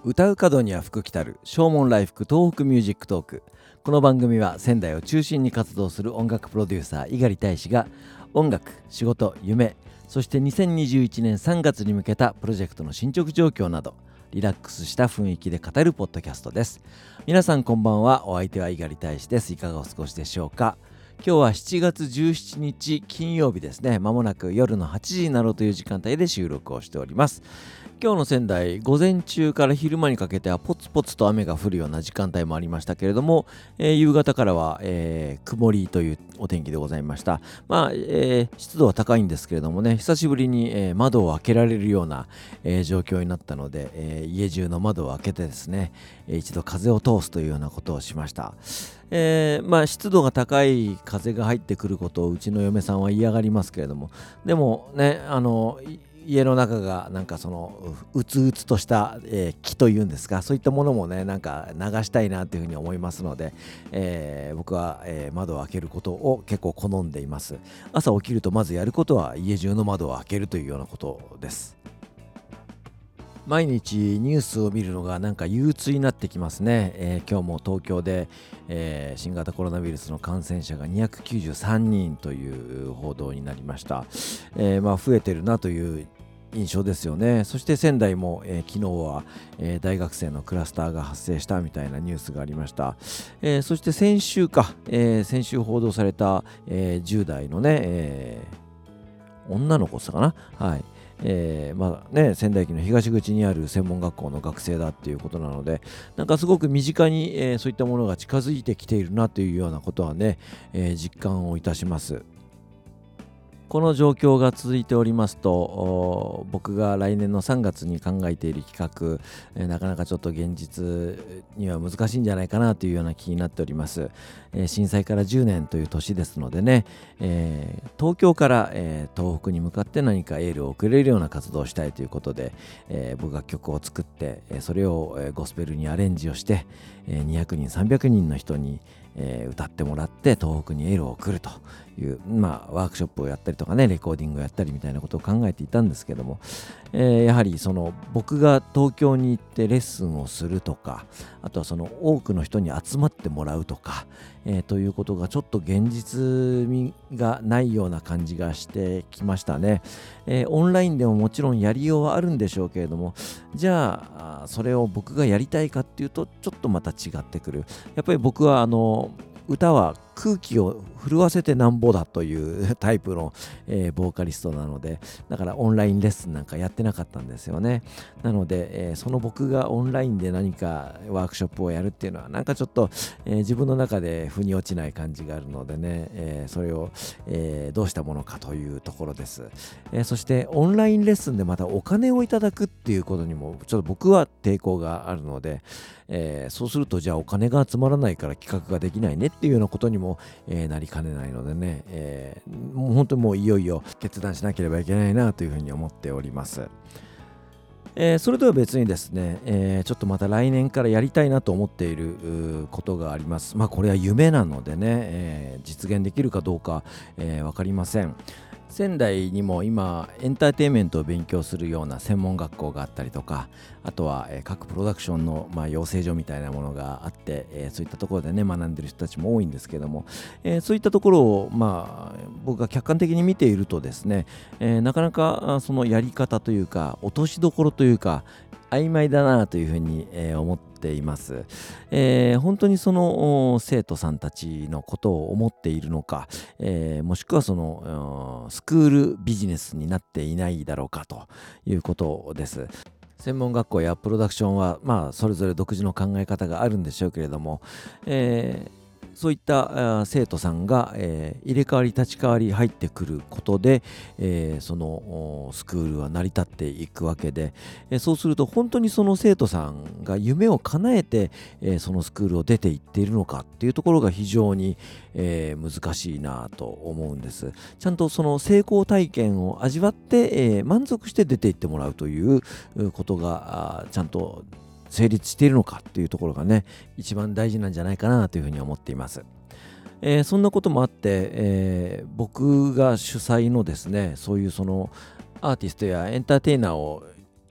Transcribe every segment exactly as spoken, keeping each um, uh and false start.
歌う角には福来たる正門来福東北ミュージックトーク。この番組は仙台を中心に活動する音楽プロデューサー猪狩大使が音楽、仕事、夢、そしてにせんにじゅういちねんさんがつに向けたプロジェクトの進捗状況などリラックスした雰囲気で語るポッドキャストです。皆さんこんばんは。お相手は猪狩大使です。いかがお過ごしでしょうか。今日はしちがつじゅうしちにち金曜日ですね。まもなく夜のはちじになろうという時間帯で収録をしております。今日の仙台、午前中から昼間にかけてはポツポツと雨が降るような時間帯もありましたけれども、えー、夕方からは、えー、曇りというお天気でございました。まあ、えー、湿度は高いんですけれどもね、久しぶりに、えー、窓を開けられるような、えー、状況になったので、えー、家中の窓を開けてですね、一度風を通すというようなことをしました。えー、まあ湿度が高い風が入ってくることをうちの嫁さんは嫌がりますけれども、でもね、あの家の中がなんかそのうつうつとした、えー、木というんですか、そういったものもねなんか流したいなというふうに思いますので、えー、僕は、えー、窓を開けることを結構好んでいます。朝起きるとまずやることは家中の窓を開けるというようなことです。毎日ニュースを見るのがなんか憂鬱になってきますね。えー、今日も東京で、えー、新型コロナウイルスの感染者がにひゃくきゅうじゅうさんにんという報道になりました。えー、まあ増えてるなという印象ですよね。そして仙台も、えー、昨日は、えー、大学生のクラスターが発生したみたいなニュースがありました。えー、そして先週か、えー、先週報道された、えー、じゅう代のね、えー、女の子ですかな、はい。えー、まあね、仙台駅の東口にある専門学校の学生だっていうことなので、なんかすごく身近に、えー、そういったものが近づいてきているなというようなことはね、えー、実感をいたします。この状況が続いておりますと、僕が来年のさんがつに考えている企画、えー、なかなかちょっと現実には難しいんじゃないかなというような気になっております。えー、震災からじゅうねんという年ですのでね、えー、東京から、えー、東北に向かって何かエールを送れるような活動をしたいということで、えー、僕が曲を作って、えー、それを、えー、ゴスペルにアレンジをして、えー、にひゃくにんさんびゃくにんの人にえー、歌ってもらって東北にエールを送るという、まあ、ワークショップをやったりとかね、レコーディングをやったりみたいなことを考えていたんですけども、えー、やはりその僕が東京に行ってレッスンをするとか、あとはその多くの人に集まってもらうとか、えー、ということがちょっと現実味がないような感じがしてきましたね。えー、オンラインでももちろんやりようはあるんでしょうけれども、じゃあそれを僕がやりたいかっていうとちょっとまた違ってくる。やっぱり僕はあの歌は空気を震わせてなんぼだというタイプの、えー、ボーカリストなので、だからオンラインレッスンなんかやってなかったんですよね。なので、えー、その僕がオンラインで何かワークショップをやるっていうのはなんかちょっと、えー、自分の中で腑に落ちない感じがあるのでね、えー、それを、えー、どうしたものかというところです。えー、そしてオンラインレッスンでまたお金をいただくっていうことにもちょっと僕は抵抗があるので、えー、そうするとじゃあお金が集まらないから企画ができないねっていうようなことにも、えー、なりかねないのでね、えー、もう本当にもういよいよ決断しなければいけないなというふうに思っております。えー、それとは別にですね、えー、ちょっとまた来年からやりたいなと思っていることがあります。まあこれは夢なのでね、えー、実現できるかどうか、えー、分かりません。仙台にも今エンターテインメントを勉強するような専門学校があったりとか、あとは、えー、各プロダクションの、まあ、養成所みたいなものがあって、えー、そういったところでね学んでる人たちも多いんですけども、えー、そういったところを、まあ、僕が客観的に見ているとですね、えー、なかなかそのやり方というか落としどころというか曖昧だなというふうに、えー、思っています。えー、本当にその生徒さんたちのことを思っているのか、えー、もしくはそのスクールビジネスになっていないだろうかということです。専門学校やプロダクションはまあそれぞれ独自の考え方があるんでしょうけれども、えーそういった生徒さんが、えー、入れ替わり立ち替わり入ってくることで、えー、そのスクールは成り立っていくわけで、えー、そうすると本当にその生徒さんが夢を叶えて、えー、そのスクールを出ていっているのかっていうところが非常に、えー、難しいなと思うんです。ちゃんとその成功体験を味わって、えー、満足して出ていってもらうということがちゃんと成立しているのかっていうところがね一番大事なんじゃないかなというふうに思っています。えー、そんなこともあって、えー、僕が主催のですねそういうそのアーティストやエンターテイナーを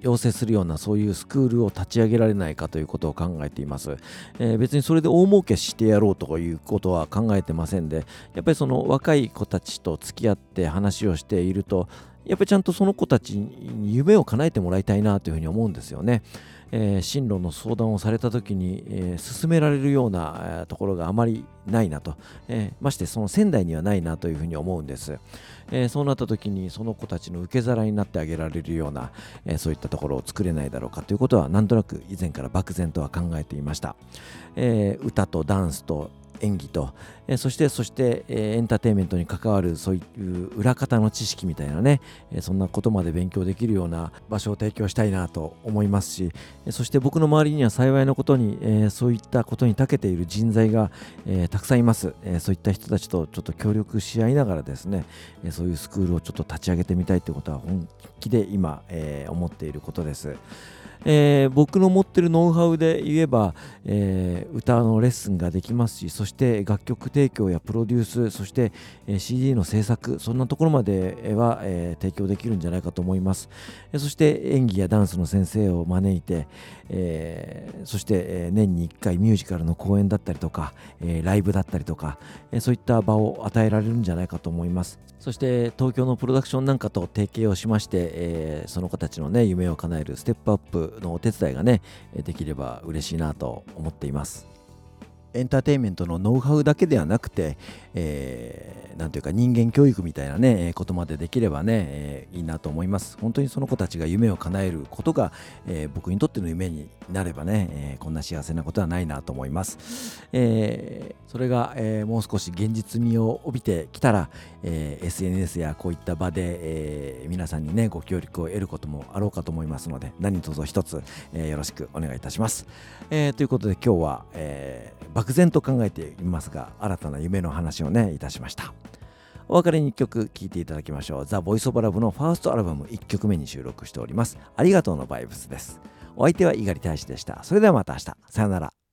養成するようなそういうスクールを立ち上げられないかということを考えています。えー、別にそれで大儲けしてやろうということは考えてませんで、やっぱりその若い子たちと付き合って話をしていると、やっぱりちゃんとその子たちに夢を叶えてもらいたいなというふうに思うんですよね。えー、進路の相談をされた時に、えー、勧められるような、えー、ところがあまりないなと、えー、ましてその仙台にはないなというふうに思うんです。えー、そうなった時にその子たちの受け皿になってあげられるような、えー、そういったところを作れないだろうかということはなんとなく以前から漠然とは考えていました。えー、歌とダンスと演技と、えー、そしてそして、えー、エンターテインメントに関わるそういう裏方の知識みたいなね、えー、そんなことまで勉強できるような場所を提供したいなと思いますし、えー、そして僕の周りには幸いなことに、えー、そういったことに長けている人材が、えー、たくさんいます。えー、そういった人たちとちょっと協力し合いながらですね、えー、そういうスクールをちょっと立ち上げてみたいということは本気で今、えー、思っていることです。えー、僕の持ってるノウハウで言えば、えー、歌のレッスンができますし、そして楽曲提供やプロデュース、そして、えー、シーディー の制作、そんなところまでは、えー、提供できるんじゃないかと思います。えー、そして演技やダンスの先生を招いて、えー、そして、えー、年にいっかいミュージカルの公演だったりとか、えー、ライブだったりとか、えー、そういった場を与えられるんじゃないかと思います。そして東京のプロダクションなんかと提携をしまして、えー、その子たちのね夢を叶えるステップアップのお手伝いがねできれば嬉しいなと思っています。エンターテインメントのノウハウだけではなくて、えー、なんていうか人間教育みたいなねことまでできればね、えー、いいなと思います。本当にその子たちが夢を叶えることが、えー、僕にとっての夢になればね、えー、こんな幸せなことはないなと思います。えー、それが、えー、もう少し現実味を帯びてきたら、えー、エスエヌエス やこういった場で、えー、皆さんにねご協力を得ることもあろうかと思いますので、何卒一つ、えー、よろしくお願いいたします。えー、ということで今日は、えー、漠然と考えていますが新たな夢の話をねいたしました。お別れにいっきょく聴いていただきましょう。ザ・ボイス・オブ・ラブのファーストアルバムいっきょくめに収録しております。ありがとうのバイブスです。お相手は猪狩大使でした。それではまた明日。さよなら。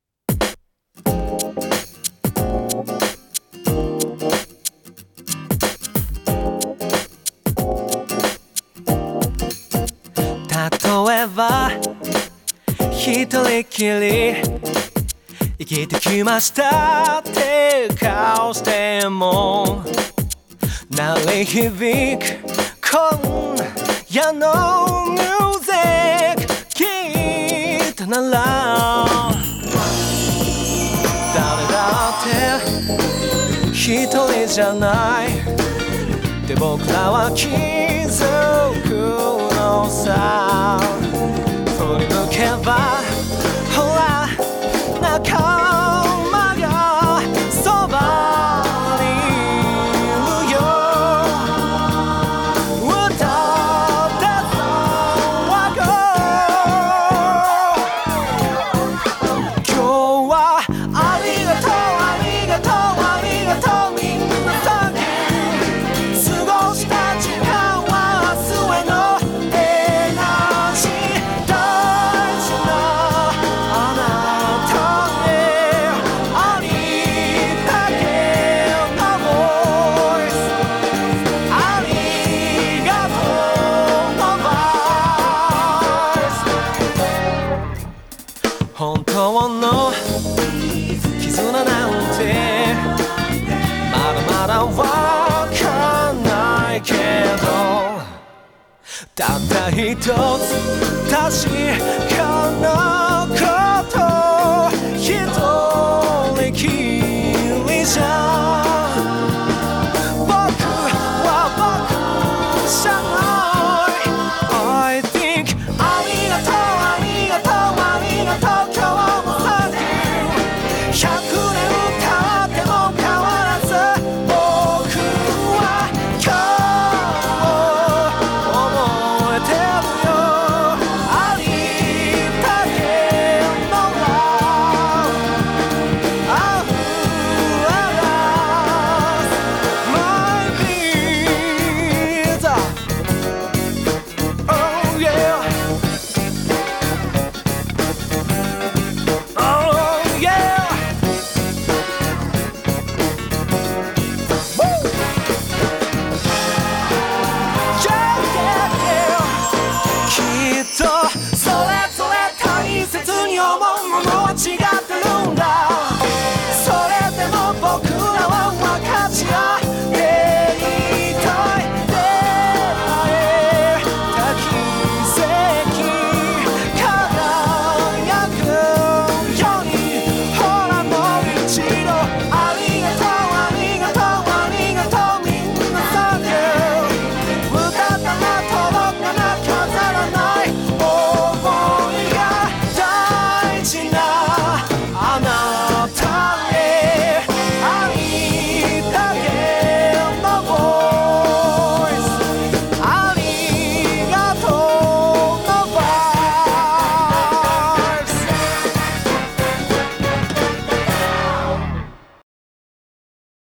例えば一人きり生きてきましたって顔しても鳴り響く今夜のミュージック聞いたなら誰だって一人じゃないって僕らは気づくのさ。振り向けばほら仲間がそばにいるよ。歌って騒ごう。今日はありがとうありがとうありがとうみんなさんに過ごした時間は明日へのエナジー大事なあなたへありだけのボイスありがとうのバイス本当の絆なんてまだまだわかんないけどたった一つ確かな